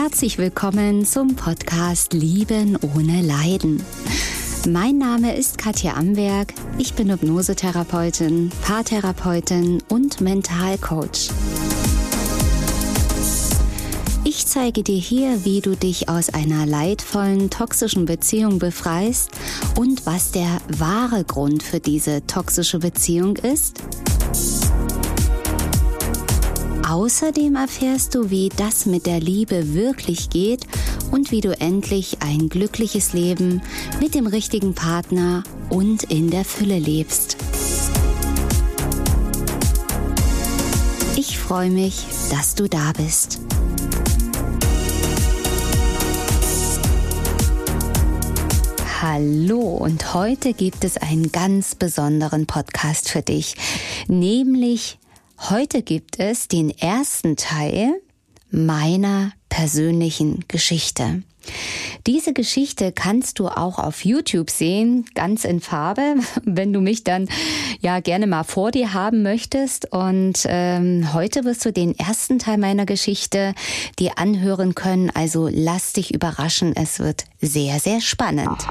Herzlich willkommen zum Podcast Lieben ohne Leiden. Mein Name ist Katja Amberg, ich bin Hypnosetherapeutin, Paartherapeutin und Mentalcoach. Ich zeige dir hier, wie du dich aus einer leidvollen, toxischen Beziehung befreist und was der wahre Grund für diese toxische Beziehung ist. Außerdem erfährst du, wie das mit der Liebe wirklich geht und wie du endlich ein glückliches Leben mit dem richtigen Partner und in der Fülle lebst. Ich freue mich, dass du da bist. Hallo, und heute gibt es einen ganz besonderen Podcast für dich, nämlich heute gibt es den ersten Teil meiner persönlichen Geschichte. Diese Geschichte kannst du auch auf YouTube sehen, ganz in Farbe, wenn du mich dann ja gerne mal vor dir haben möchtest. Und heute wirst du den ersten Teil meiner Geschichte dir anhören können. Also lass dich überraschen, es wird sehr, sehr spannend.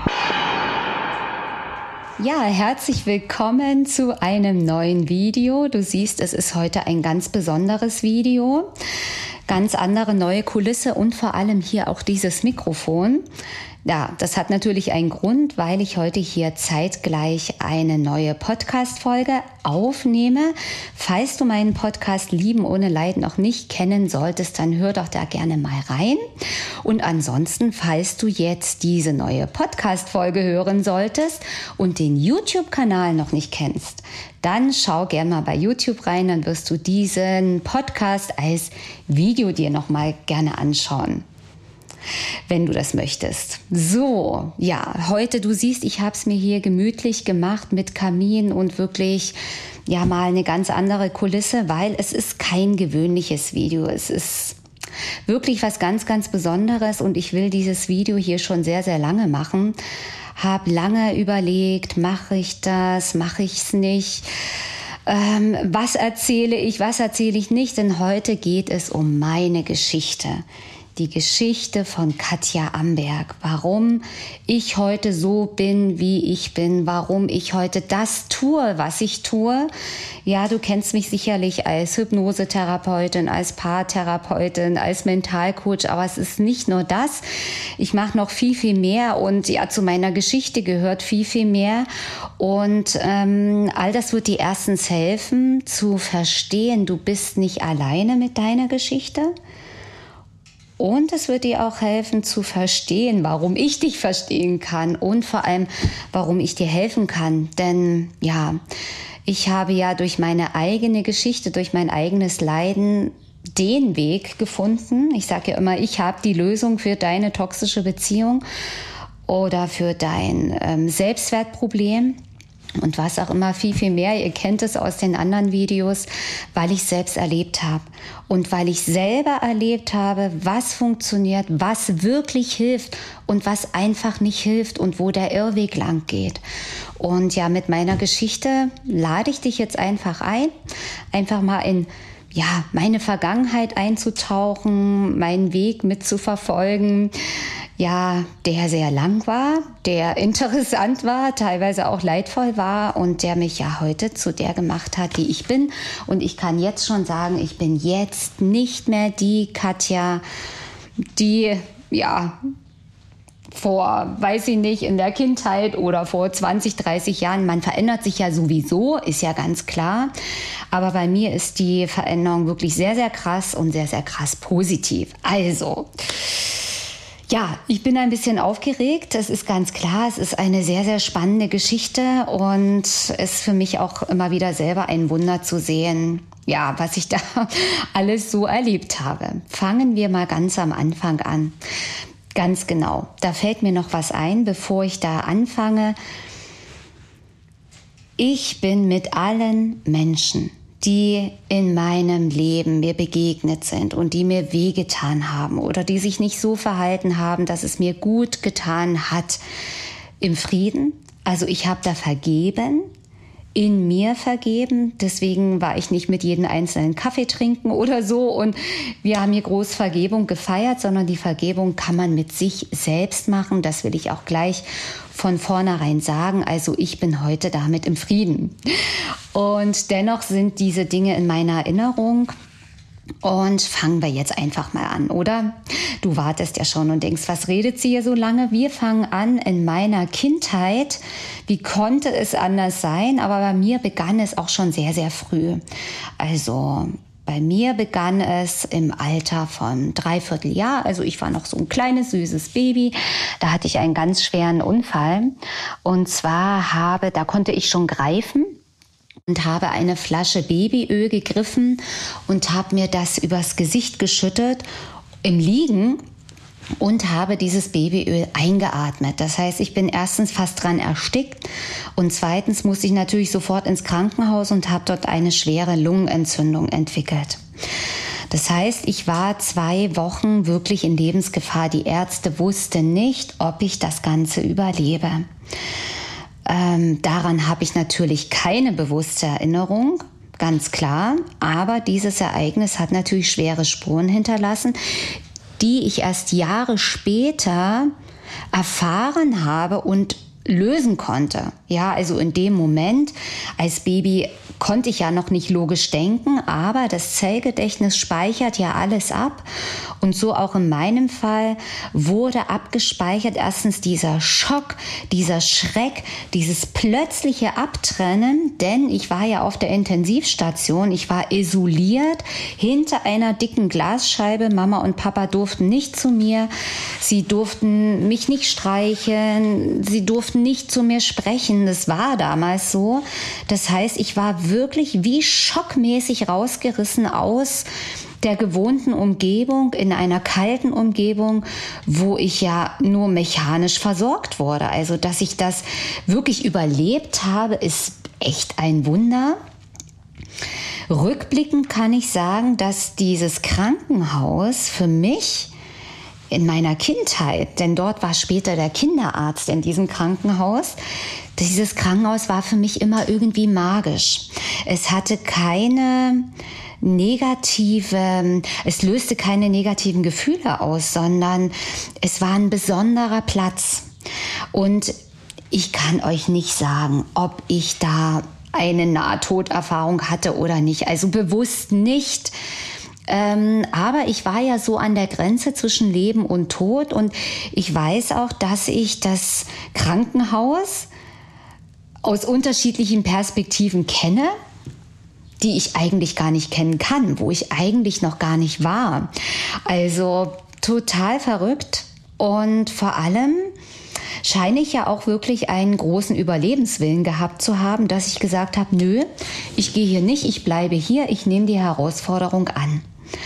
Ja, herzlich willkommen zu einem neuen Video. Du siehst, es ist heute ein ganz besonderes Video. Ganz andere neue Kulisse und vor allem hier auch dieses Mikrofon. Ja, das hat natürlich einen Grund, weil ich heute hier zeitgleich eine neue Podcast-Folge aufnehme. Falls du meinen Podcast Lieben ohne Leiden noch nicht kennen solltest, dann hör doch da gerne mal rein. Und ansonsten, falls du jetzt diese neue Podcast-Folge hören solltest und den YouTube-Kanal noch nicht kennst, dann schau gerne mal bei YouTube rein, dann wirst du diesen Podcast als Video dir noch mal gerne anschauen, wenn du das möchtest. So, ja, heute, du siehst, ich habe es mir hier gemütlich gemacht mit Kamin und wirklich, ja, mal eine ganz andere Kulisse, weil es ist kein gewöhnliches Video. Es ist wirklich was ganz, ganz Besonderes und ich will dieses Video hier schon sehr, sehr lange machen. Habe lange überlegt, mache ich das, mache ich es nicht? Was erzähle ich nicht? Denn heute geht es um meine Geschichte. Die Geschichte von Katja Amberg, warum ich heute so bin, wie ich bin, warum ich heute das tue, was ich tue. Ja, du kennst mich sicherlich als Hypnosetherapeutin, als Paartherapeutin, als Mentalcoach, aber es ist nicht nur das. Ich mache noch viel, viel mehr und ja, zu meiner Geschichte gehört viel, viel mehr. Und all das wird dir erstens helfen, zu verstehen, du bist nicht alleine mit deiner Geschichte. Und es wird dir auch helfen zu verstehen, warum ich dich verstehen kann und vor allem, warum ich dir helfen kann. Denn ja, ich habe ja durch meine eigene Geschichte, durch mein eigenes Leiden den Weg gefunden. Ich sage ja immer, ich habe die Lösung für deine toxische Beziehung oder für dein Selbstwertproblem. Und was auch immer, viel, viel mehr. Ihr kennt es aus den anderen Videos, weil ich selbst erlebt habe. Und weil ich selber erlebt habe, was funktioniert, was wirklich hilft und was einfach nicht hilft und wo der Irrweg lang geht. Und ja, mit meiner Geschichte lade ich dich jetzt einfach ein, einfach mal in meine Vergangenheit einzutauchen, meinen Weg mitzuverfolgen. Ja, der sehr lang war, der interessant war, teilweise auch leidvoll war und der mich ja heute zu der gemacht hat, die ich bin. Und ich kann jetzt schon sagen, ich bin jetzt nicht mehr die Katja, die vor, weiß ich nicht, in der Kindheit oder vor 20, 30 Jahren, man verändert sich ja sowieso, ist ja ganz klar. Aber bei mir ist die Veränderung wirklich sehr, sehr krass und sehr, sehr krass positiv. Also, ja, ich bin ein bisschen aufgeregt, das ist ganz klar. Es ist eine sehr, sehr spannende Geschichte und es ist für mich auch immer wieder selber ein Wunder zu sehen, ja, was ich da alles so erlebt habe. Fangen wir mal ganz am Anfang an. Ganz genau, da fällt mir noch was ein, bevor ich da anfange. Ich bin mit allen Menschen, die in meinem Leben mir begegnet sind und die mir wehgetan haben oder die sich nicht so verhalten haben, dass es mir gut getan hat, im Frieden. Also ich habe da vergeben, in mir vergeben. Deswegen war ich nicht mit jedem einzelnen Kaffee trinken oder so. Und wir haben hier groß Vergebung gefeiert, sondern die Vergebung kann man mit sich selbst machen. Das will ich auch gleich von vornherein sagen. Also ich bin heute damit im Frieden. Und dennoch sind diese Dinge in meiner Erinnerung. Und fangen wir jetzt einfach mal an, oder? Du wartest ja schon und denkst, was redet sie hier so lange? Wir fangen an in meiner Kindheit. Wie konnte es anders sein? Aber bei mir begann es auch schon sehr, sehr früh. Also bei mir begann es im Alter von 3/4 Jahr. Also ich war noch so ein kleines, süßes Baby. Da hatte ich einen ganz schweren Unfall. Und zwar da konnte ich schon greifen. Und habe eine Flasche Babyöl gegriffen und habe mir das übers Gesicht geschüttet im Liegen und habe dieses Babyöl eingeatmet. Das heißt, ich bin erstens fast dran erstickt und zweitens musste ich natürlich sofort ins Krankenhaus und habe dort eine schwere Lungenentzündung entwickelt. Das heißt, ich war 2 Wochen wirklich in Lebensgefahr. Die Ärzte wussten nicht, ob ich das Ganze überlebe. Daran habe ich natürlich keine bewusste Erinnerung, ganz klar. Aber dieses Ereignis hat natürlich schwere Spuren hinterlassen, die ich erst Jahre später erfahren habe und lösen konnte. Ja, also in dem Moment als Baby konnte ich ja noch nicht logisch denken, aber das Zellgedächtnis speichert ja alles ab. Und so auch in meinem Fall wurde abgespeichert erstens dieser Schock, dieser Schreck, dieses plötzliche Abtrennen, denn ich war ja auf der Intensivstation, ich war isoliert hinter einer dicken Glasscheibe. Mama und Papa durften nicht zu mir, sie durften mich nicht streicheln, sie durften nicht zu mir sprechen. Das war damals so. Das heißt, ich war wirklich wie schockmäßig rausgerissen aus der gewohnten Umgebung, in einer kalten Umgebung, wo ich ja nur mechanisch versorgt wurde. Also, dass ich das wirklich überlebt habe, ist echt ein Wunder. Rückblickend kann ich sagen, dass dieses Krankenhaus für mich in meiner Kindheit, denn dort war später der Kinderarzt in diesem Krankenhaus, dieses Krankenhaus war für mich immer irgendwie magisch. Es hatte es löste keine negativen Gefühle aus, sondern es war ein besonderer Platz. Und ich kann euch nicht sagen, ob ich da eine Nahtoderfahrung hatte oder nicht. Also bewusst nicht. Aber ich war ja so an der Grenze zwischen Leben und Tod und ich weiß auch, dass ich das Krankenhaus aus unterschiedlichen Perspektiven kenne, die ich eigentlich gar nicht kennen kann, wo ich eigentlich noch gar nicht war. Also total verrückt und vor allem scheine ich ja auch wirklich einen großen Überlebenswillen gehabt zu haben, dass ich gesagt habe, nö, ich gehe hier nicht, ich bleibe hier, ich nehme die Herausforderung an.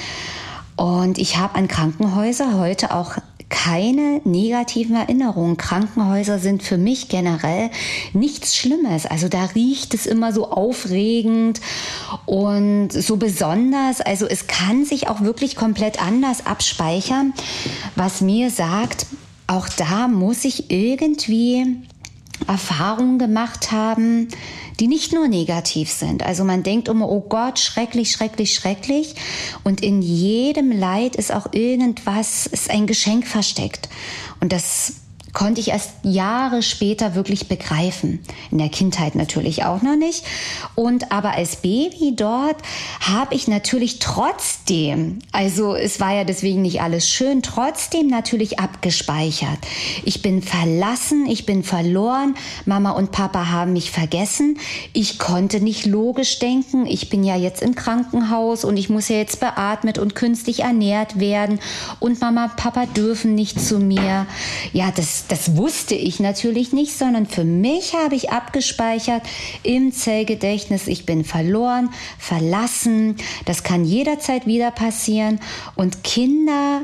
Und ich habe an Krankenhäuser heute auch keine negativen Erinnerungen. Krankenhäuser sind für mich generell nichts Schlimmes. Also da riecht es immer so aufregend und so besonders. Also es kann sich auch wirklich komplett anders abspeichern, was mir sagt, auch da muss ich irgendwie Erfahrungen gemacht haben, die nicht nur negativ sind. Also man denkt immer, oh Gott, schrecklich, schrecklich, schrecklich. Und in jedem Leid ist auch irgendwas, ist ein Geschenk versteckt. Und das konnte ich erst Jahre später wirklich begreifen. In der Kindheit natürlich auch noch nicht. Aber als Baby dort habe ich natürlich trotzdem, also es war ja deswegen nicht alles schön, trotzdem natürlich abgespeichert. Ich bin verlassen, ich bin verloren, Mama und Papa haben mich vergessen. Ich konnte nicht logisch denken. Ich bin ja jetzt im Krankenhaus und ich muss ja jetzt beatmet und künstlich ernährt werden. Und Mama und Papa dürfen nicht zu mir. Ja, das wusste ich natürlich nicht, sondern für mich habe ich abgespeichert im Zellgedächtnis, ich bin verloren, verlassen, das kann jederzeit wieder passieren und Kinder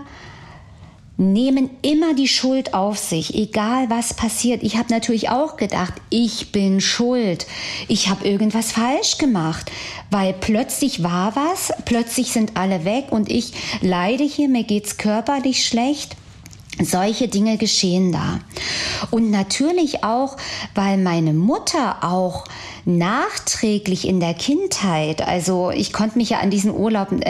nehmen immer die Schuld auf sich, egal was passiert. Ich habe natürlich auch gedacht, ich bin schuld, ich habe irgendwas falsch gemacht, weil plötzlich war was, plötzlich sind alle weg und ich leide hier, mir geht's körperlich schlecht. Solche Dinge geschehen da. Und natürlich auch, weil meine Mutter auch nachträglich in der Kindheit, also ich konnte mich ja an diesen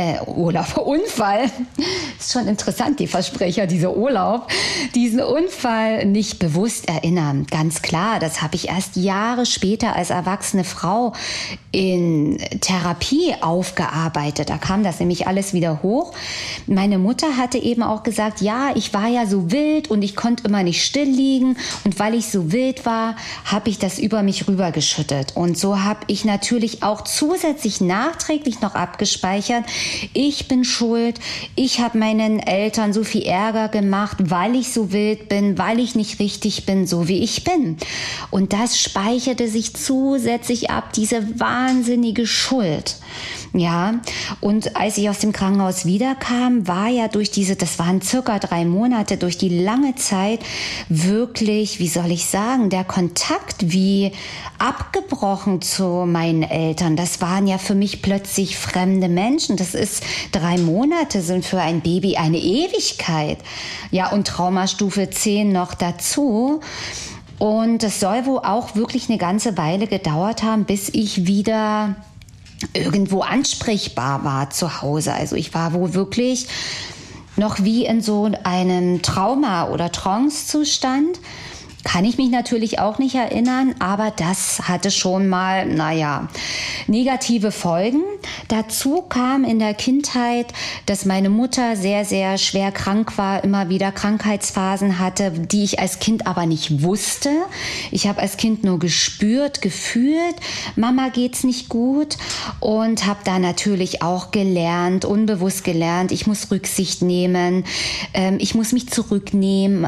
Unfall, ist schon interessant, die Versprecher, diesen Unfall nicht bewusst erinnern. Ganz klar, das habe ich erst Jahre später als erwachsene Frau in Therapie aufgearbeitet. Da kam das nämlich alles wieder hoch. Meine Mutter hatte eben auch gesagt, ja, ich war ja so wild und ich konnte immer nicht still liegen und weil ich so wild war, habe ich das über mich rübergeschüttet. Und so habe ich natürlich auch zusätzlich nachträglich noch abgespeichert, ich bin schuld, ich habe meinen Eltern so viel Ärger gemacht, weil ich so wild bin, weil ich nicht richtig bin, so wie ich bin. Und das speicherte sich zusätzlich ab, diese wahnsinnige Schuld. Ja, und als ich aus dem Krankenhaus wiederkam, war ja das waren circa 3 Monate, durch die lange Zeit wirklich, wie soll ich sagen, der Kontakt wie abgebrochen zu meinen Eltern. Das waren ja für mich plötzlich fremde Menschen. 3 Monate sind für ein Baby eine Ewigkeit. Ja, und Traumastufe 10 noch dazu. Und es soll wohl auch wirklich eine ganze Weile gedauert haben, bis ich wieder irgendwo ansprechbar war zu Hause. Also ich war wohl wirklich noch wie in so einem Trauma- oder Trance-Zustand. Kann ich mich natürlich auch nicht erinnern, aber das hatte schon mal, negative Folgen. Dazu kam in der Kindheit, dass meine Mutter sehr, sehr schwer krank war, immer wieder Krankheitsphasen hatte, die ich als Kind aber nicht wusste. Ich habe als Kind nur gespürt, gefühlt, Mama geht's nicht gut und habe da natürlich auch gelernt, unbewusst gelernt, ich muss Rücksicht nehmen, ich muss mich zurücknehmen,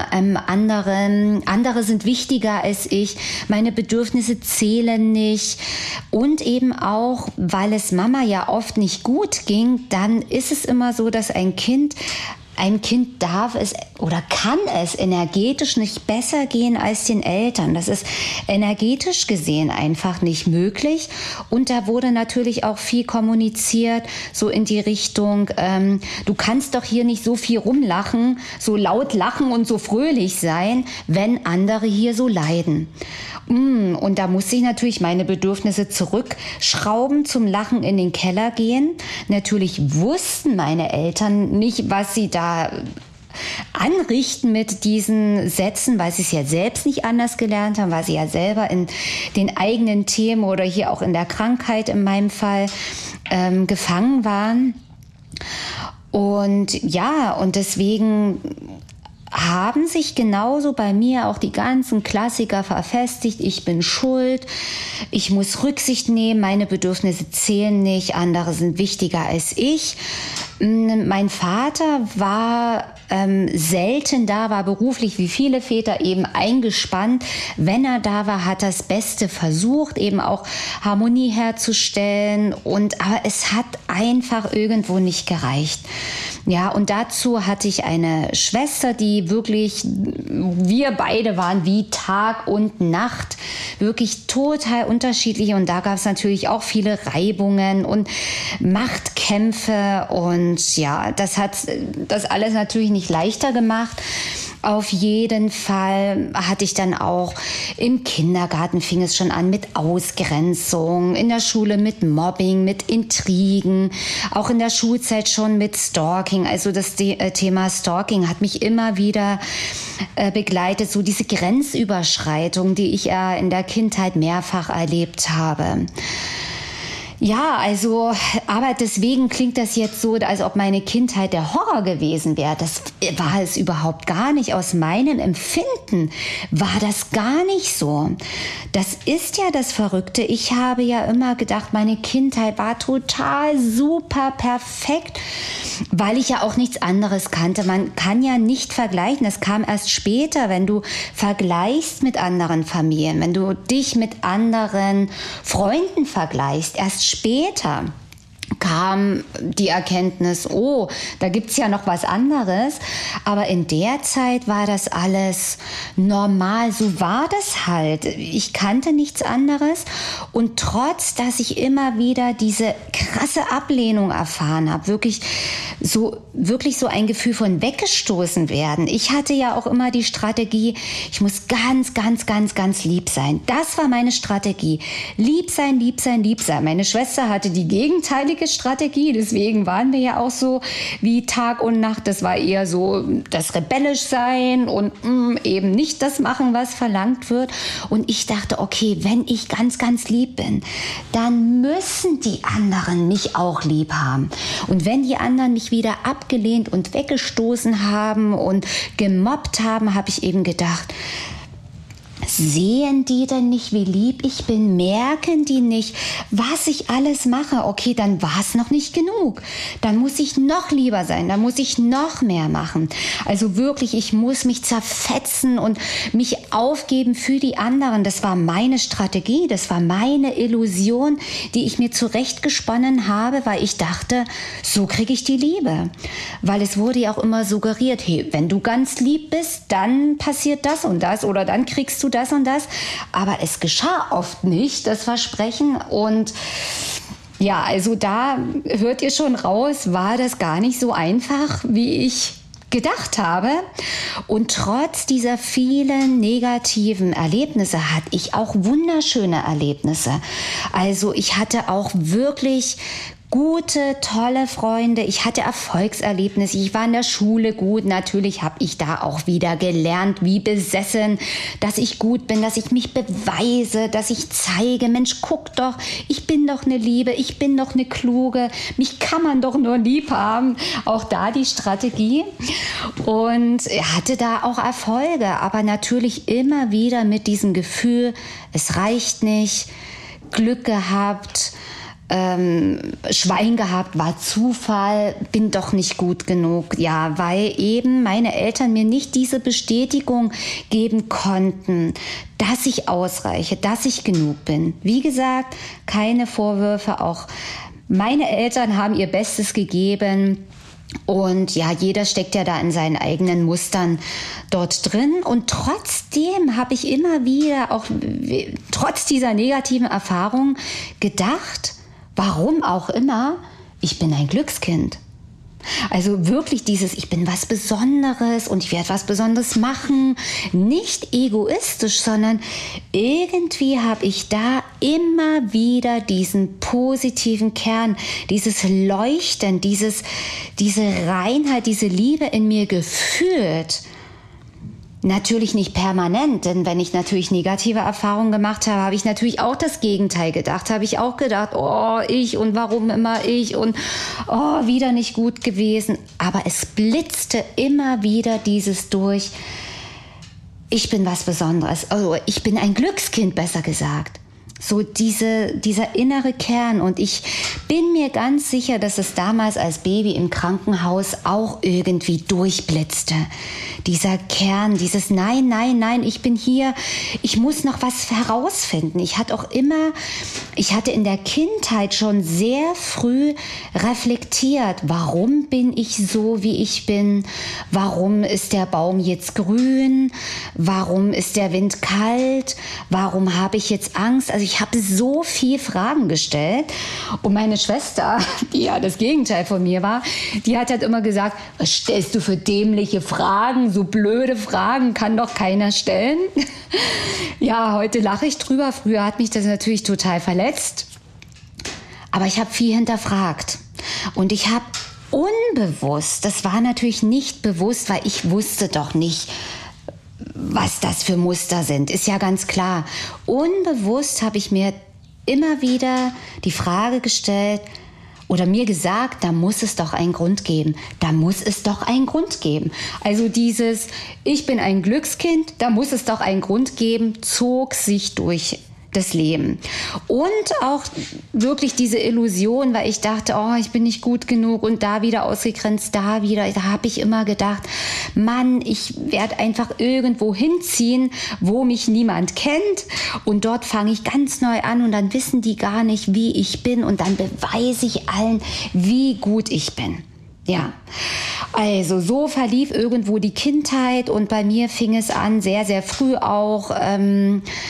andere sind wichtiger als ich, meine Bedürfnisse zählen nicht und eben auch, weil es Mama ja oft nicht gut ging, dann ist es immer so, dass ein Kind darf es oder kann es energetisch nicht besser gehen als den Eltern. Das ist energetisch gesehen einfach nicht möglich. Und da wurde natürlich auch viel kommuniziert, so in die Richtung, du kannst doch hier nicht so viel rumlachen, so laut lachen und so fröhlich sein, wenn andere hier so leiden. Und da musste ich natürlich meine Bedürfnisse zurückschrauben, zum Lachen in den Keller gehen. Natürlich wussten meine Eltern nicht, was sie da anrichten mit diesen Sätzen, weil sie es ja selbst nicht anders gelernt haben, weil sie ja selber in den eigenen Themen oder hier auch in der Krankheit in meinem Fall gefangen waren. Und ja, und deswegen haben sich genauso bei mir auch die ganzen Klassiker verfestigt. Ich bin schuld, ich muss Rücksicht nehmen, meine Bedürfnisse zählen nicht, andere sind wichtiger als ich. Mein Vater war selten da, war beruflich wie viele Väter eben eingespannt. Wenn er da war, hat er das Beste versucht, eben auch Harmonie herzustellen. Aber es hat einfach irgendwo nicht gereicht. Ja, und dazu hatte ich eine Schwester, die wirklich, wir beide waren wie Tag und Nacht, wirklich total unterschiedlich. Und da gab es natürlich auch viele Reibungen und Machtkämpfe. Und ja, das hat das alles natürlich nicht leichter gemacht. Auf jeden Fall hatte ich dann auch im Kindergarten fing es schon an mit Ausgrenzung, in der Schule mit Mobbing, mit Intrigen, auch in der Schulzeit schon mit Stalking. Also das Thema Stalking hat mich immer wieder begleitet, so diese Grenzüberschreitung, die ich ja in der Kindheit mehrfach erlebt habe. Ja, also, aber deswegen klingt das jetzt so, als ob meine Kindheit der Horror gewesen wäre. Das war es überhaupt gar nicht. Aus meinem Empfinden war das gar nicht so. Das ist ja das Verrückte. Ich habe ja immer gedacht, meine Kindheit war total super perfekt, weil ich ja auch nichts anderes kannte. Man kann ja nicht vergleichen. Das kam erst später, wenn du vergleichst mit anderen Familien, wenn du dich mit anderen Freunden vergleichst. Erst später kam die Erkenntnis, oh, da gibt's ja noch was anderes. Aber in der Zeit war das alles normal. So war das halt. Ich kannte nichts anderes. Und trotz, dass ich immer wieder diese krasse Ablehnung erfahren habe, wirklich so wirklich so ein Gefühl von weggestoßen werden. Ich hatte ja auch immer die Strategie, ich muss ganz, ganz, ganz, ganz lieb sein. Das war meine Strategie. Lieb sein, lieb sein, lieb sein. Meine Schwester hatte die gegenteilige Strategie, deswegen waren wir ja auch so wie Tag und Nacht. Das war eher so das rebellisch sein und eben nicht das machen, was verlangt wird. Und ich dachte, okay, wenn ich ganz, ganz lieb bin, dann müssen die anderen mich auch lieb haben. Und wenn die anderen mich wieder abgelehnt und weggestoßen haben und gemobbt haben, habe ich eben gedacht, sehen die denn nicht, wie lieb ich bin? Merken die nicht, was ich alles mache? Okay, dann war es noch nicht genug. Dann muss ich noch lieber sein, dann muss ich noch mehr machen. Also wirklich, ich muss mich zerfetzen und mich aufgeben für die anderen. Das war meine Strategie, das war meine Illusion, die ich mir zurechtgesponnen habe, weil ich dachte, so kriege ich die Liebe. Weil es wurde ja auch immer suggeriert, hey, wenn du ganz lieb bist, dann passiert das und das oder dann kriegst du das und das, aber es geschah oft nicht, das Versprechen. Und ja, also da hört ihr schon raus, war das gar nicht so einfach, wie ich gedacht habe. Und trotz dieser vielen negativen Erlebnisse hatte ich auch wunderschöne Erlebnisse. Also ich hatte auch wirklich gute, tolle Freunde. Ich hatte Erfolgserlebnisse. Ich war in der Schule gut. Natürlich habe ich da auch wieder gelernt, wie besessen, dass ich gut bin, dass ich mich beweise, dass ich zeige, Mensch, guck doch, ich bin doch eine Liebe, ich bin doch eine Kluge, mich kann man doch nur lieb haben. Auch da die Strategie. Und hatte da auch Erfolge, aber natürlich immer wieder mit diesem Gefühl, es reicht nicht, Glück gehabt, Schwein gehabt, war Zufall, bin doch nicht gut genug. Ja, weil eben meine Eltern mir nicht diese Bestätigung geben konnten, dass ich ausreiche, dass ich genug bin. Wie gesagt, keine Vorwürfe, auch meine Eltern haben ihr Bestes gegeben. Und ja, jeder steckt ja da in seinen eigenen Mustern dort drin. Und trotzdem habe ich immer wieder, auch trotz dieser negativen Erfahrung, gedacht, warum auch immer, ich bin ein Glückskind. Also wirklich dieses, ich bin was Besonderes und ich werde was Besonderes machen. Nicht egoistisch, sondern irgendwie habe ich da immer wieder diesen positiven Kern, dieses Leuchten, diese Reinheit, diese Liebe in mir gefühlt. Natürlich nicht permanent, denn wenn ich natürlich negative Erfahrungen gemacht habe, habe ich natürlich auch das Gegenteil gedacht. Habe ich auch gedacht, oh, ich und warum immer ich und oh, wieder nicht gut gewesen. Aber es blitzte immer wieder dieses durch, ich bin was Besonderes, also ich bin ein Glückskind, besser gesagt. So dieser innere Kern. Und ich bin mir ganz sicher, dass es damals als Baby im Krankenhaus auch irgendwie durchblitzte. Dieser Kern, dieses Nein, nein, nein, ich bin hier, ich muss noch was herausfinden. Ich hatte in der Kindheit schon sehr früh reflektiert, warum bin ich so, wie ich bin? Warum ist der Baum jetzt grün? Warum ist der Wind kalt? Warum habe ich jetzt Angst? Also ich habe so viele Fragen gestellt und meine Schwester, die ja das Gegenteil von mir war, die hat halt immer gesagt, was stellst du für dämliche Fragen, so blöde Fragen kann doch keiner stellen. Ja, heute lache ich drüber, früher hat mich das natürlich total verletzt, aber ich habe viel hinterfragt und ich habe unbewusst, das war natürlich nicht bewusst, weil ich wusste doch nicht, was das für Muster sind, ist ja ganz klar. Unbewusst habe ich mir immer wieder die Frage gestellt oder mir gesagt, da muss es doch einen Grund geben. Da muss es doch einen Grund geben. Also dieses, ich bin ein Glückskind, da muss es doch einen Grund geben, zog sich durch das Leben. Und auch wirklich diese Illusion, weil ich dachte, oh, ich bin nicht gut genug und da wieder ausgegrenzt, da habe ich immer gedacht, Mann, ich werde einfach irgendwo hinziehen, wo mich niemand kennt und dort fange ich ganz neu an und dann wissen die gar nicht, wie ich bin und dann beweise ich allen, wie gut ich bin. Ja, also so verlief irgendwo die Kindheit und bei mir fing es an, sehr, sehr früh auch,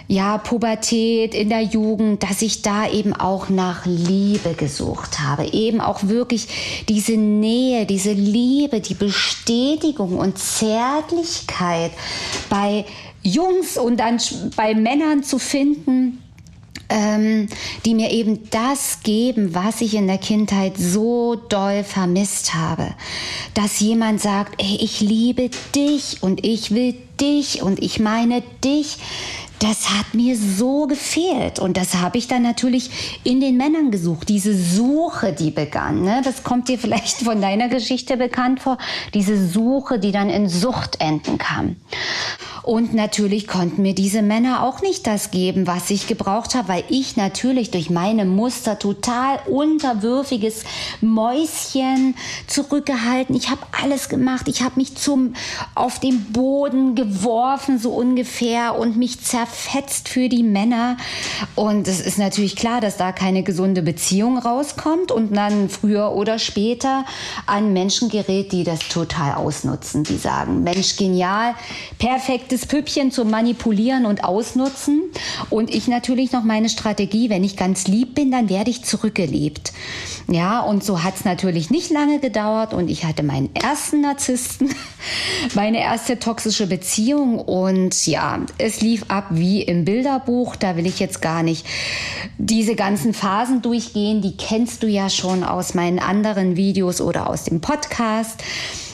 ja, Pubertät, in der Jugend, dass ich da eben auch nach Liebe gesucht habe. Eben auch wirklich diese Nähe, diese Liebe, die Bestätigung und Zärtlichkeit bei Jungs und dann bei Männern zu finden, die mir eben das geben, was ich in der Kindheit so doll vermisst habe. Dass jemand sagt, ey, ich liebe dich und ich will dich und ich meine dich. Das hat mir so gefehlt und das habe ich dann natürlich in den Männern gesucht. Diese Suche, die begann, ne? Das kommt dir vielleicht von deiner Geschichte bekannt vor. Diese Suche, die dann in Sucht enden kann. Und natürlich konnten mir diese Männer auch nicht das geben, was ich gebraucht habe, weil ich natürlich durch meine Muster total unterwürfiges Mäuschen zurückgehalten. Ich habe alles gemacht. Ich habe mich auf den Boden geworfen, so ungefähr, und mich zerfetzt für die Männer. Und es ist natürlich klar, dass da keine gesunde Beziehung rauskommt und dann früher oder später an Menschen gerät, die das total ausnutzen. Die sagen, Mensch, genial, perfektes Püppchen zum Manipulieren und Ausnutzen. Und ich natürlich noch meine Strategie, wenn ich ganz lieb bin, dann werde ich zurückgeliebt. Ja, und so hat es natürlich nicht lange gedauert und ich hatte meinen ersten Narzissten, meine erste toxische Beziehung und ja, es lief ab wie im Bilderbuch. Da will ich jetzt gar nicht diese ganzen Phasen durchgehen, die kennst du ja schon aus meinen anderen Videos oder aus dem Podcast.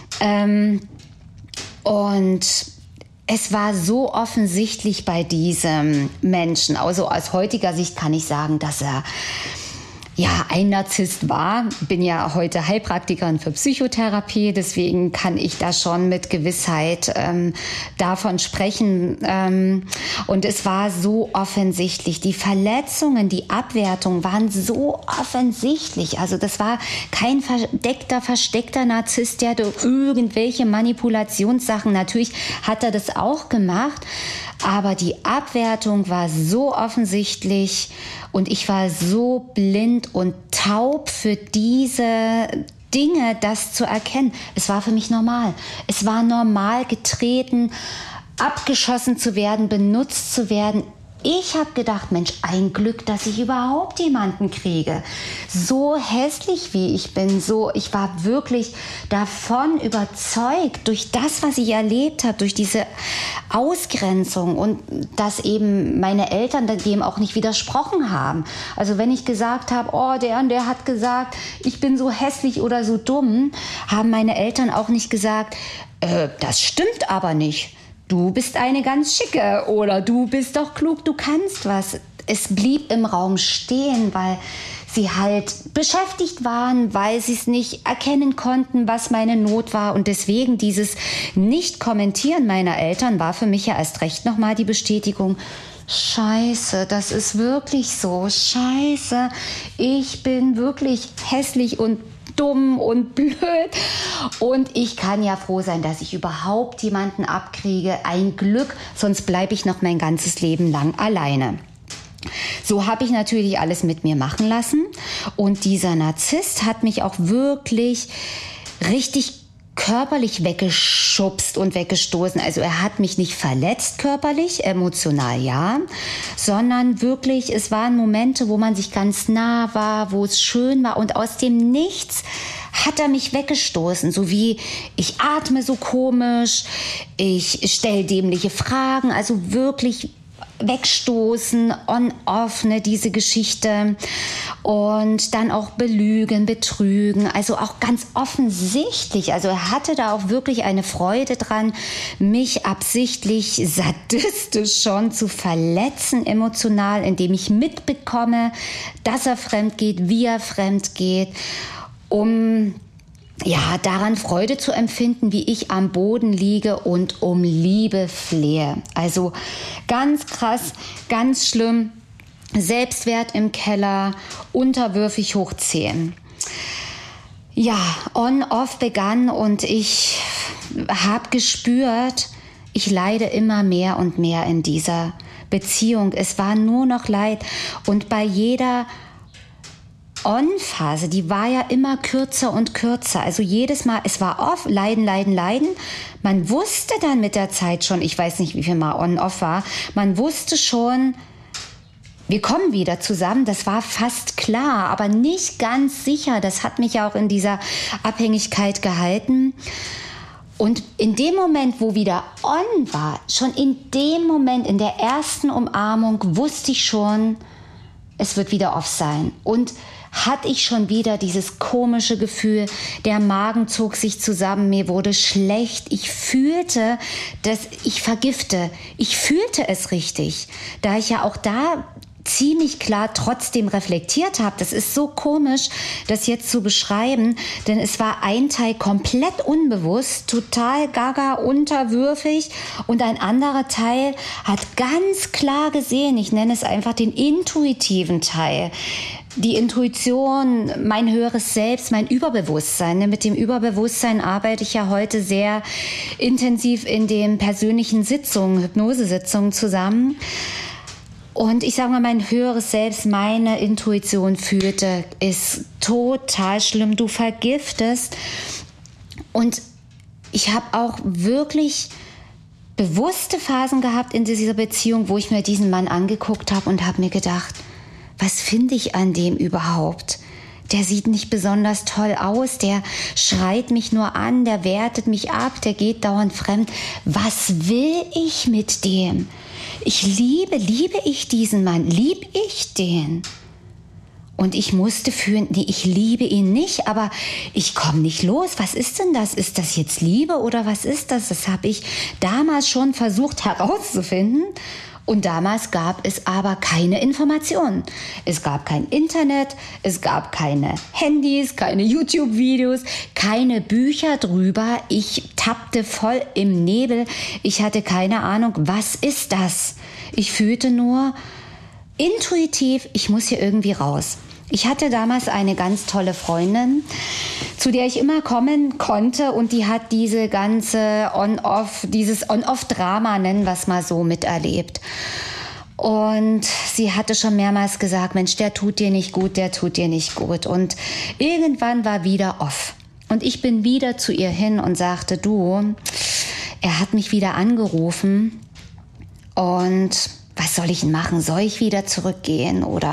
Und es war so offensichtlich bei diesem Menschen, also aus heutiger Sicht kann ich sagen, dass er ja ein Narzisst war. Bin ja heute Heilpraktikerin für Psychotherapie, deswegen kann ich da schon mit Gewissheit davon sprechen. Und es war so offensichtlich. Die Verletzungen, die Abwertung waren so offensichtlich. Also das war kein versteckter Narzisst, der durch irgendwelche Manipulationssachen, natürlich hat er das auch gemacht, aber die Abwertung war so offensichtlich und ich war so blind und taub für diese Dinge, das zu erkennen. Es war für mich normal. Es war normal, getreten, abgeschossen zu werden, benutzt zu werden. Ich habe gedacht, Mensch, ein Glück, dass ich überhaupt jemanden kriege. So hässlich wie ich bin, ich war wirklich davon überzeugt, durch das, was ich erlebt habe, durch diese Ausgrenzung und dass eben meine Eltern dem auch nicht widersprochen haben. Also wenn ich gesagt habe, oh, der und der hat gesagt, ich bin so hässlich oder so dumm, haben meine Eltern auch nicht gesagt, das stimmt aber nicht. Du bist eine ganz schicke oder du bist doch klug, du kannst was. Es blieb im Raum stehen, weil sie halt beschäftigt waren, weil sie es nicht erkennen konnten, was meine Not war. Und deswegen dieses Nicht-Kommentieren meiner Eltern war für mich ja erst recht nochmal die Bestätigung, Scheiße, das ist wirklich so. Scheiße, ich bin wirklich hässlich und dumm und blöd. Und ich kann ja froh sein, dass ich überhaupt jemanden abkriege. Ein Glück, sonst bleibe ich noch mein ganzes Leben lang alleine. So habe ich natürlich alles mit mir machen lassen. Und dieser Narzisst hat mich auch wirklich richtig körperlich weggeschubst und weggestoßen. Also er hat mich nicht verletzt körperlich, emotional ja, sondern wirklich, es waren Momente, wo man sich ganz nah war, wo es schön war und aus dem Nichts hat er mich weggestoßen, so wie ich atme so komisch, ich stelle dämliche Fragen, also wirklich wegstoßen, on-off, ne, diese Geschichte. Und dann auch belügen, betrügen, also auch ganz offensichtlich. Also er hatte da auch wirklich eine Freude dran, mich absichtlich sadistisch schon zu verletzen emotional, indem ich mitbekomme, dass er fremd geht, wie er fremd geht, um ja, daran Freude zu empfinden, wie ich am Boden liege und um Liebe flehe. Also ganz krass, ganz schlimm. Selbstwert im Keller, unterwürfig hoch 10. Ja, on-off begann und ich habe gespürt, ich leide immer mehr und mehr in dieser Beziehung. Es war nur noch Leid und bei jeder On-Phase, die war ja immer kürzer und kürzer. Also jedes Mal, es war off, leiden, leiden, leiden. Man wusste dann mit der Zeit schon, ich weiß nicht, wie viel Mal on-off war, man wusste schon, wir kommen wieder zusammen. Das war fast klar, aber nicht ganz sicher. Das hat mich ja auch in dieser Abhängigkeit gehalten. Und in dem Moment, wo wieder on war, schon in dem Moment, in der ersten Umarmung, wusste ich schon, es wird wieder off sein. Und hatte ich schon wieder dieses komische Gefühl, der Magen zog sich zusammen, mir wurde schlecht. Ich fühlte, dass ich vergifte. Ich fühlte es richtig, da ich ja auch da ziemlich klar trotzdem reflektiert habe. Das ist so komisch, das jetzt zu beschreiben, denn es war ein Teil komplett unbewusst, total gaga, unterwürfig und ein anderer Teil hat ganz klar gesehen, ich nenne es einfach den intuitiven Teil, die Intuition, mein höheres Selbst, mein Überbewusstsein. Mit dem Überbewusstsein arbeite ich ja heute sehr intensiv in den persönlichen Sitzungen, Hypnosesitzungen zusammen. Und ich sage mal, mein höheres Selbst, meine Intuition fühlte, ist total schlimm. Du vergiftest. Und ich habe auch wirklich bewusste Phasen gehabt in dieser Beziehung, wo ich mir diesen Mann angeguckt habe und habe mir gedacht, was finde ich an dem überhaupt? Der sieht nicht besonders toll aus, der schreit mich nur an, der wertet mich ab, der geht dauernd fremd. Was will ich mit dem? Liebe ich diesen Mann? Liebe ich den? Und ich musste fühlen, nee, ich liebe ihn nicht, aber ich komme nicht los. Was ist denn das? Ist das jetzt Liebe oder was ist das? Das habe ich damals schon versucht herauszufinden. Und damals gab es aber keine Informationen. Es gab kein Internet, es gab keine Handys, keine YouTube-Videos, keine Bücher drüber. Ich tappte voll im Nebel. Ich hatte keine Ahnung, was ist das? Ich fühlte nur intuitiv, ich muss hier irgendwie raus. Ich hatte damals eine ganz tolle Freundin, zu der ich immer kommen konnte und die hat diese ganze dieses On-Off-Drama, nennen wir es mal so, miterlebt. Und sie hatte schon mehrmals gesagt, Mensch, der tut dir nicht gut, der tut dir nicht gut. Und irgendwann war wieder off. Und ich bin wieder zu ihr hin und sagte, du, er hat mich wieder angerufen und was soll ich denn machen? Soll ich wieder zurückgehen? Oder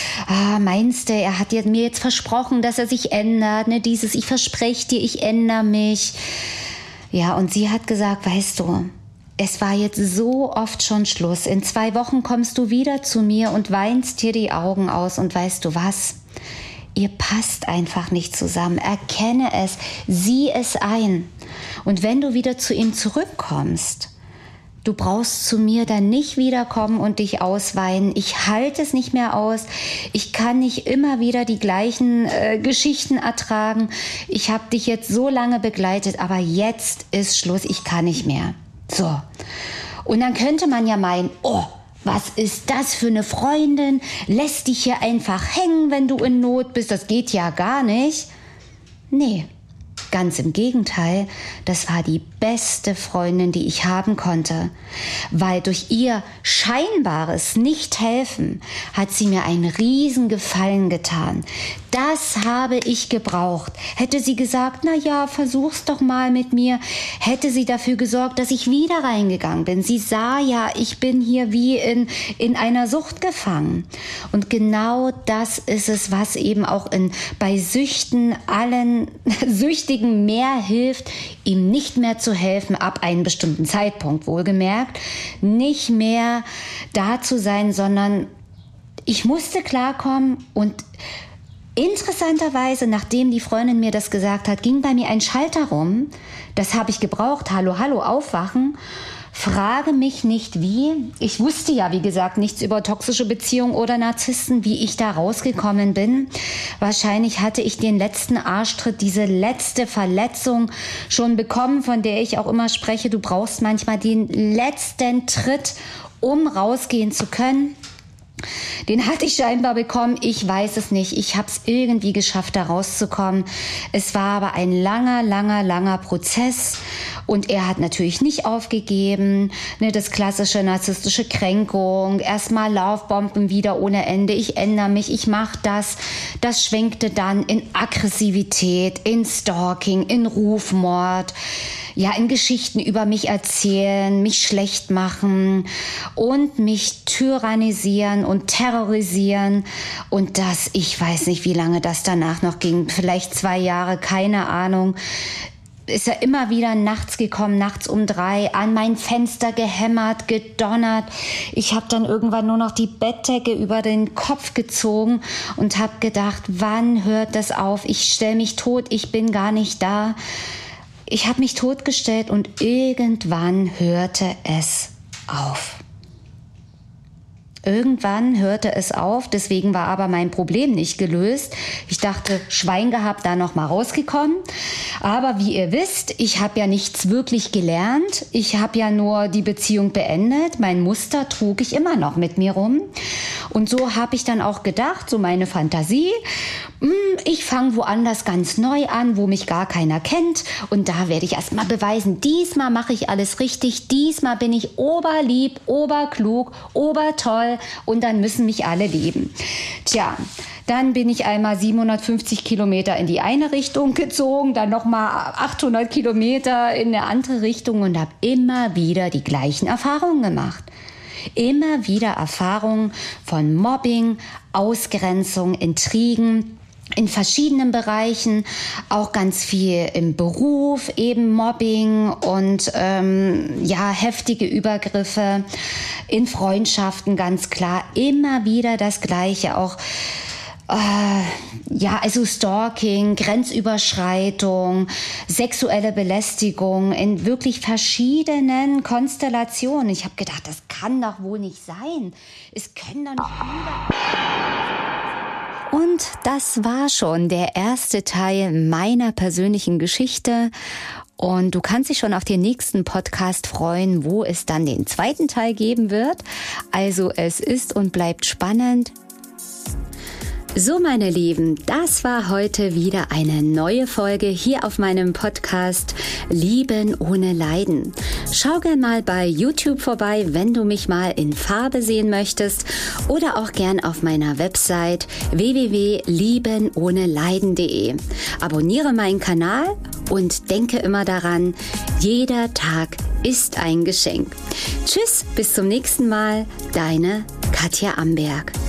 meinst du, er hat mir jetzt versprochen, dass er sich ändert? Ne? Dieses, ich verspreche dir, ich ändere mich. Ja, und sie hat gesagt, weißt du, es war jetzt so oft schon Schluss. In 2 Wochen kommst du wieder zu mir und weinst dir die Augen aus. Und weißt du was? Ihr passt einfach nicht zusammen. Erkenne es, sieh es ein. Und wenn du wieder zu ihm zurückkommst, du brauchst zu mir dann nicht wiederkommen und dich ausweinen. Ich halte es nicht mehr aus. Ich kann nicht immer wieder die gleichen Geschichten ertragen. Ich habe dich jetzt so lange begleitet, aber jetzt ist Schluss. Ich kann nicht mehr. So. Und dann könnte man ja meinen, oh, was ist das für eine Freundin? Lässt dich hier einfach hängen, wenn du in Not bist. Das geht ja gar nicht. Nee. Ganz im Gegenteil, das war die beste Freundin, die ich haben konnte, weil durch ihr scheinbares Nichthelfen hat sie mir einen riesen Gefallen getan. Das habe ich gebraucht. Hätte sie gesagt, na ja, versuch's doch mal mit mir, hätte sie dafür gesorgt, dass ich wieder reingegangen bin. Sie sah ja, ich bin hier wie in einer Sucht gefangen. Und genau das ist es, was eben auch bei Süchten allen Süchtigen mehr hilft, ihm nicht mehr zu helfen, ab einem bestimmten Zeitpunkt, wohlgemerkt, nicht mehr da zu sein, sondern ich musste klarkommen. Und interessanterweise, nachdem die Freundin mir das gesagt hat, ging bei mir ein Schalter rum. Das habe ich gebraucht. Hallo, hallo, aufwachen. Frage mich nicht wie. Ich wusste ja, wie gesagt, nichts über toxische Beziehungen oder Narzissten, wie ich da rausgekommen bin. Wahrscheinlich hatte ich den letzten Arschtritt, diese letzte Verletzung schon bekommen, von der ich auch immer spreche. Du brauchst manchmal den letzten Tritt, um rausgehen zu können. Den hatte ich scheinbar bekommen, ich weiß es nicht. Ich habe es irgendwie geschafft, da rauszukommen. Es war aber ein langer Prozess und er hat natürlich nicht aufgegeben. Das klassische narzisstische Kränkung, erstmal Laufbomben wieder ohne Ende. Ich ändere mich, ich mache das. Das schwenkte dann in Aggressivität, in Stalking, in Rufmord. Ja, in Geschichten über mich erzählen, mich schlecht machen und mich tyrannisieren und terrorisieren. Und das, ich weiß nicht, wie lange das danach noch ging, vielleicht 2 Jahre, keine Ahnung. Ist er immer wieder nachts gekommen, nachts um 3, an mein Fenster gehämmert, gedonnert. Ich habe dann irgendwann nur noch die Bettdecke über den Kopf gezogen und habe gedacht, wann hört das auf? Ich stelle mich tot, ich bin gar nicht da. Ich habe mich totgestellt und irgendwann hörte es auf. Irgendwann hörte es auf, deswegen war aber mein Problem nicht gelöst. Ich dachte, Schwein gehabt, da noch mal rausgekommen. Aber wie ihr wisst, ich habe ja nichts wirklich gelernt. Ich habe ja nur die Beziehung beendet. Mein Muster trug ich immer noch mit mir rum. Und so habe ich dann auch gedacht, so meine Fantasie, ich fange woanders ganz neu an, wo mich gar keiner kennt. Und da werde ich erst mal beweisen, diesmal mache ich alles richtig. Diesmal bin ich oberlieb, oberklug, obertoll. Und dann müssen mich alle lieben. Tja, dann bin ich einmal 750 Kilometer in die eine Richtung gezogen, dann nochmal 800 Kilometer in eine andere Richtung und habe immer wieder die gleichen Erfahrungen gemacht. Immer wieder Erfahrungen von Mobbing, Ausgrenzung, Intrigen, in verschiedenen Bereichen, auch ganz viel im Beruf, eben Mobbing und heftige Übergriffe, in Freundschaften ganz klar, immer wieder das Gleiche, auch also Stalking, Grenzüberschreitung, sexuelle Belästigung in wirklich verschiedenen Konstellationen. Ich habe gedacht, das kann doch wohl nicht sein. Es können doch nicht Und das war schon der erste Teil meiner persönlichen Geschichte. Und du kannst dich schon auf den nächsten Podcast freuen, wo es dann den zweiten Teil geben wird. Also es ist und bleibt spannend. So, meine Lieben, das war heute wieder eine neue Folge hier auf meinem Podcast Lieben ohne Leiden. Schau gern mal bei YouTube vorbei, wenn du mich mal in Farbe sehen möchtest oder auch gern auf meiner Website www.liebenohneleiden.de. Abonniere meinen Kanal und denke immer daran, jeder Tag ist ein Geschenk. Tschüss, bis zum nächsten Mal, deine Katja Amberg.